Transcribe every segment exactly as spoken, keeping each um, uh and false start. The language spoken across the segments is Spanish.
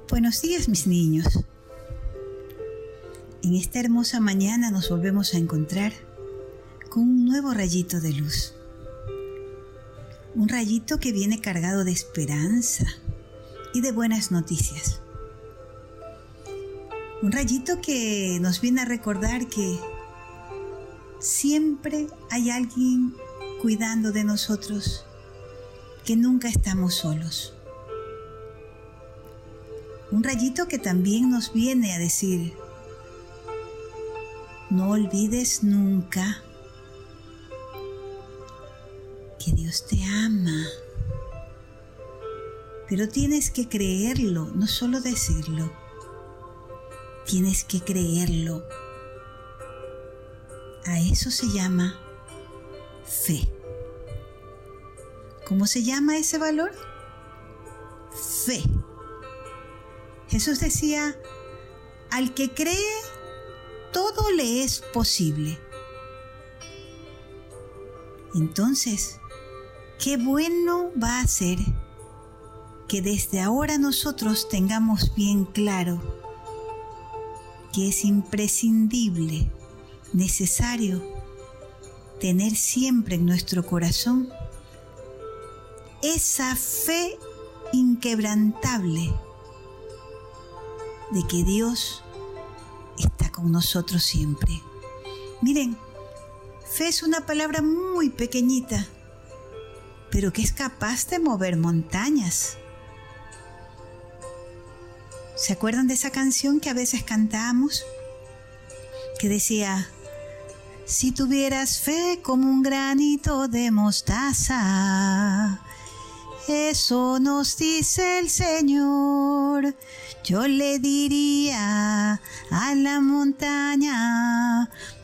Buenos días, mis niños. En esta hermosa mañana nos volvemos a encontrar con un nuevo rayito de luz. Un rayito que viene cargado de esperanza y de buenas noticias. Un rayito que nos viene a recordar que siempre hay alguien cuidando de nosotros, que nunca estamos solos. Un rayito que también nos viene a decir: no olvides nunca que Dios te ama. Pero tienes que creerlo, no solo decirlo. Tienes que creerlo. A eso se llama fe. ¿Cómo se llama ese valor? Fe. Jesús decía: al que cree, todo le es posible. Entonces, qué bueno va a ser que desde ahora nosotros tengamos bien claro que es imprescindible, necesario, tener siempre en nuestro corazón esa fe inquebrantable de que Dios está con nosotros siempre. Miren, fe es una palabra muy pequeñita, pero que es capaz de mover montañas. ¿Se acuerdan de esa canción que a veces cantábamos? Que decía: si tuvieras fe como un granito de mostaza, eso nos dice el Señor. Yo le diría a la montaña: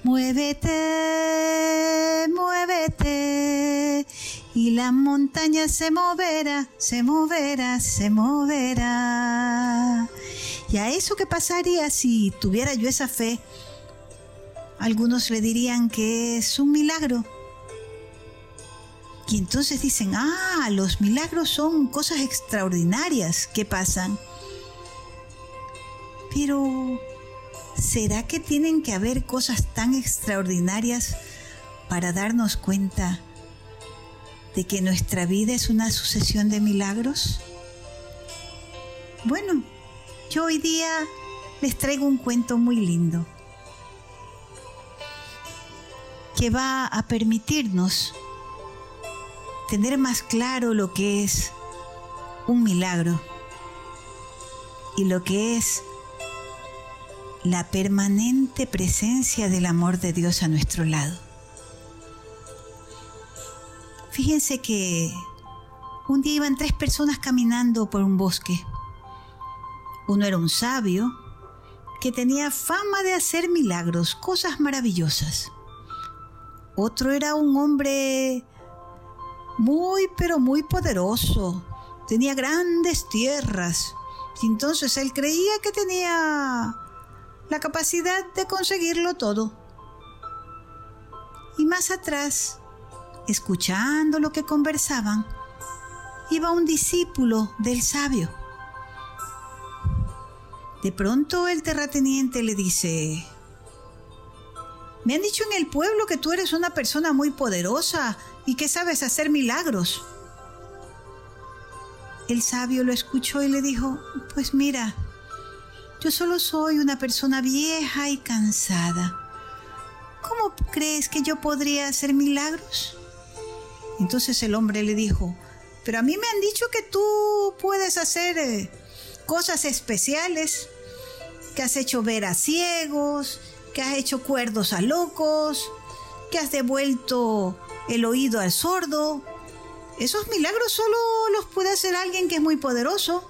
muévete, muévete. Y la montaña se moverá, se moverá, se moverá. ¿Y a eso qué pasaría si tuviera yo esa fe? Algunos le dirían que es un milagro. Y entonces dicen: ah, los milagros son cosas extraordinarias que pasan. Pero, ¿será que tienen que haber cosas tan extraordinarias para darnos cuenta de que nuestra vida es una sucesión de milagros? Bueno, yo hoy día les traigo un cuento muy lindo que va a permitirnos tener más claro lo que es un milagro y lo que es la permanente presencia del amor de Dios a nuestro lado. Fíjense que un día iban tres personas caminando por un bosque. Uno era un sabio que tenía fama de hacer milagros, cosas maravillosas. Otro era un hombre muy, pero muy poderoso. Tenía grandes tierras. Y entonces él creía que tenía la capacidad de conseguirlo todo. Y más atrás, escuchando lo que conversaban, iba un discípulo del sabio. De pronto el terrateniente le dice: me han dicho en el pueblo que tú eres una persona muy poderosa y que sabes hacer milagros. El sabio lo escuchó y le dijo: pues mira, yo solo soy una persona vieja y cansada. ¿Cómo crees que yo podría hacer milagros? Entonces el hombre le dijo: pero a mí me han dicho que tú puedes hacer eh, cosas especiales, que has hecho ver a ciegos, que has hecho cuerdos a locos, que has devuelto el oído al sordo. Esos milagros solo los puede hacer alguien que es muy poderoso.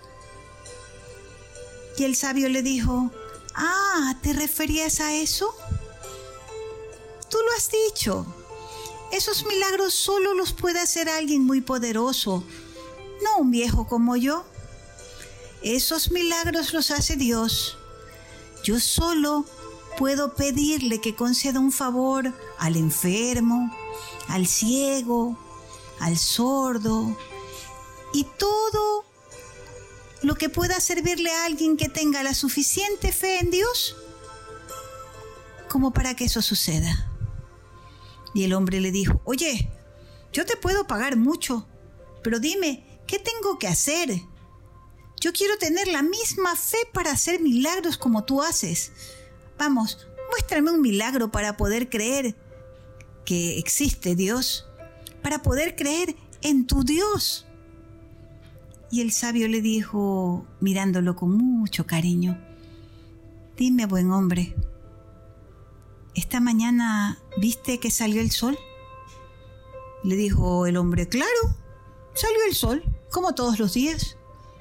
Y el sabio le dijo: ah, ¿te referías a eso? Tú lo has dicho. Esos milagros solo los puede hacer alguien muy poderoso, no un viejo como yo. Esos milagros los hace Dios. Yo solo puedo pedirle que conceda un favor al enfermo, al ciego, al sordo y todo lo que pueda servirle a alguien que tenga la suficiente fe en Dios como para que eso suceda. Y el hombre le dijo, oye, yo te puedo pagar mucho, pero dime, ¿qué tengo que hacer? Yo quiero tener la misma fe para hacer milagros como tú haces. Vamos, muéstrame un milagro para poder creer que existe Dios, para poder creer en tu Dios. Y el sabio le dijo, mirándolo con mucho cariño, dime, buen hombre, ¿esta mañana viste que salió el sol? Le dijo el hombre, claro, salió el sol, como todos los días.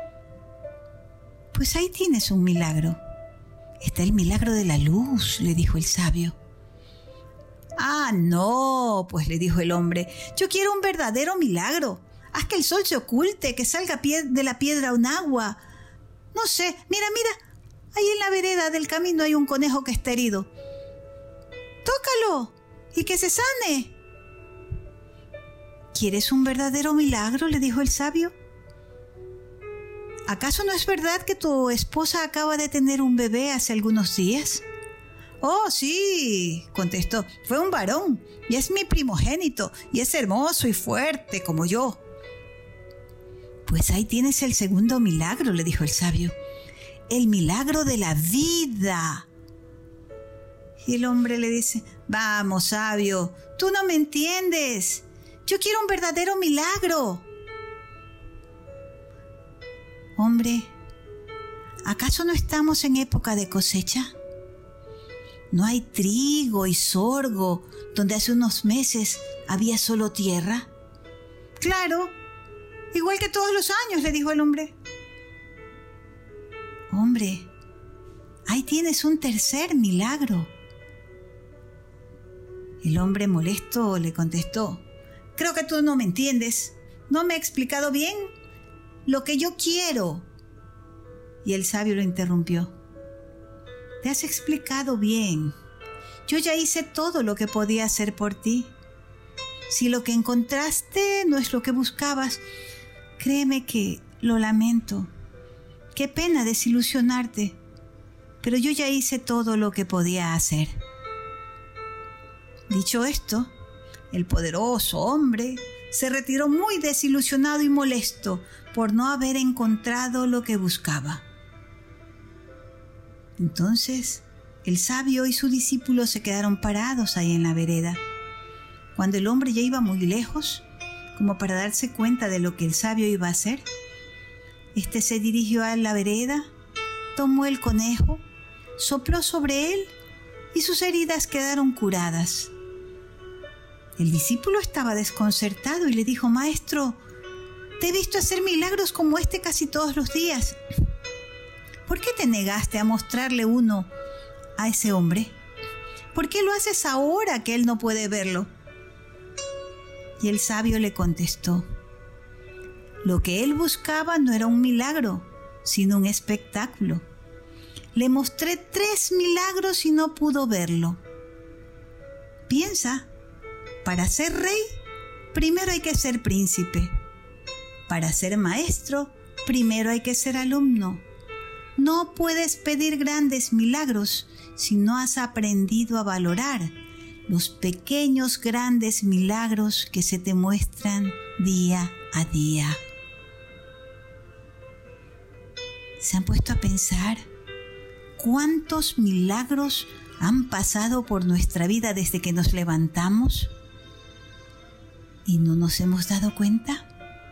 Pues ahí tienes un milagro. Está el milagro de la luz, le dijo el sabio. Ah, no, pues le dijo el hombre, yo quiero un verdadero milagro. Haz que el sol se oculte, que salga de la piedra un agua. No sé, mira, mira, ahí en la vereda del camino hay un conejo que está herido. Tócalo y que se sane. ¿Quieres un verdadero milagro?, le dijo el sabio. ¿Acaso no es verdad que tu esposa acaba de tener un bebé hace algunos días? Oh, sí, contestó, fue un varón y es mi primogénito y es hermoso y fuerte como yo. Pues ahí tienes el segundo milagro, le dijo el sabio, el milagro de la vida. Y el hombre le dice, vamos, sabio, tú no me entiendes, yo quiero un verdadero milagro. Hombre, ¿acaso no estamos en época de cosecha? ¿No hay trigo y sorgo donde hace unos meses había solo tierra? Claro, igual que todos los años, le dijo el hombre. Hombre, ahí tienes un tercer milagro. El hombre molesto le contestó, creo que tú no me entiendes, no me he explicado bien lo que yo quiero. Y el sabio lo interrumpió. Te has explicado bien. Yo ya hice todo lo que podía hacer por ti. Si lo que encontraste no es lo que buscabas, créeme que lo lamento. Qué pena desilusionarte, pero yo ya hice todo lo que podía hacer. Dicho esto, el poderoso hombre se retiró muy desilusionado y molesto por no haber encontrado lo que buscaba. Entonces, el sabio y su discípulo se quedaron parados ahí en la vereda. Cuando el hombre ya iba muy lejos, como para darse cuenta de lo que el sabio iba a hacer, este se dirigió a la vereda, tomó el conejo, sopló sobre él y sus heridas quedaron curadas. El discípulo estaba desconcertado y le dijo, maestro, te he visto hacer milagros como este casi todos los días. ¿Por qué te negaste a mostrarle uno a ese hombre? ¿Por qué lo haces ahora que él no puede verlo? Y el sabio le contestó, lo que él buscaba no era un milagro, sino un espectáculo. Le mostré tres milagros y no pudo verlo. Piensa, para ser rey, primero hay que ser príncipe. Para ser maestro, primero hay que ser alumno. No puedes pedir grandes milagros si no has aprendido a valorar los pequeños grandes milagros que se te muestran día a día. ¿Se han puesto a pensar cuántos milagros han pasado por nuestra vida desde que nos levantamos y no nos hemos dado cuenta?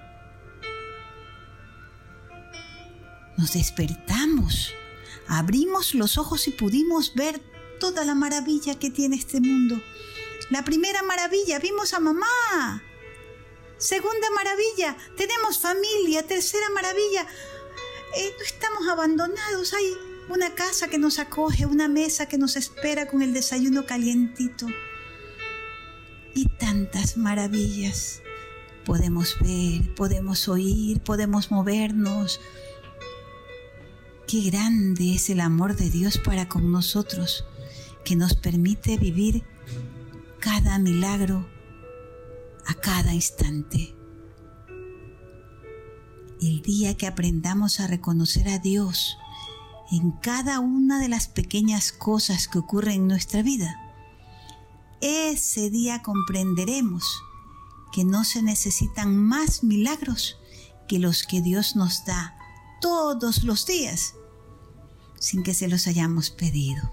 Nos despertamos, abrimos los ojos y pudimos ver toda la maravilla que tiene este mundo. La primera maravilla, vimos a mamá. Segunda maravilla, tenemos familia. Tercera maravilla, eh, no estamos abandonados. Hay una casa que nos acoge, una mesa que nos espera con el desayuno calientito. Y tantas maravillas. Podemos ver, podemos oír, podemos movernos. Qué grande es el amor de Dios para con nosotros, que nos permite vivir cada milagro a cada instante. El día que aprendamos a reconocer a Dios en cada una de las pequeñas cosas que ocurren en nuestra vida, ese día comprenderemos que no se necesitan más milagros que los que Dios nos da todos los días sin que se los hayamos pedido.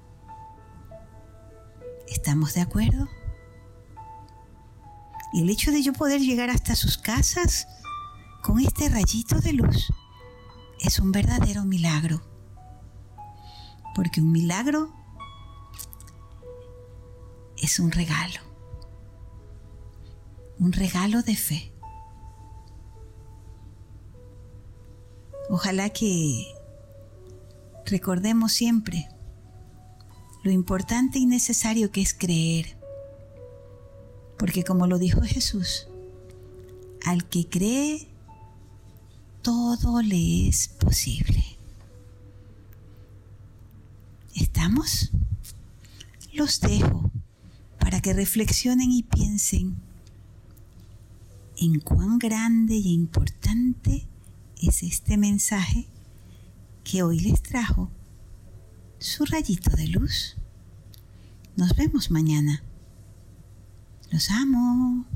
¿Estamos de acuerdo? Y el hecho de yo poder llegar hasta sus casas con este rayito de luz es un verdadero milagro. Porque un milagro es un regalo. Un regalo de fe. Ojalá que recordemos siempre lo importante y necesario que es creer. Porque como lo dijo Jesús, al que cree, todo le es posible. ¿Estamos? Los dejo para que reflexionen y piensen en cuán grande y importante es este mensaje que hoy les trajo su rayito de luz. Nos vemos mañana. Los amo.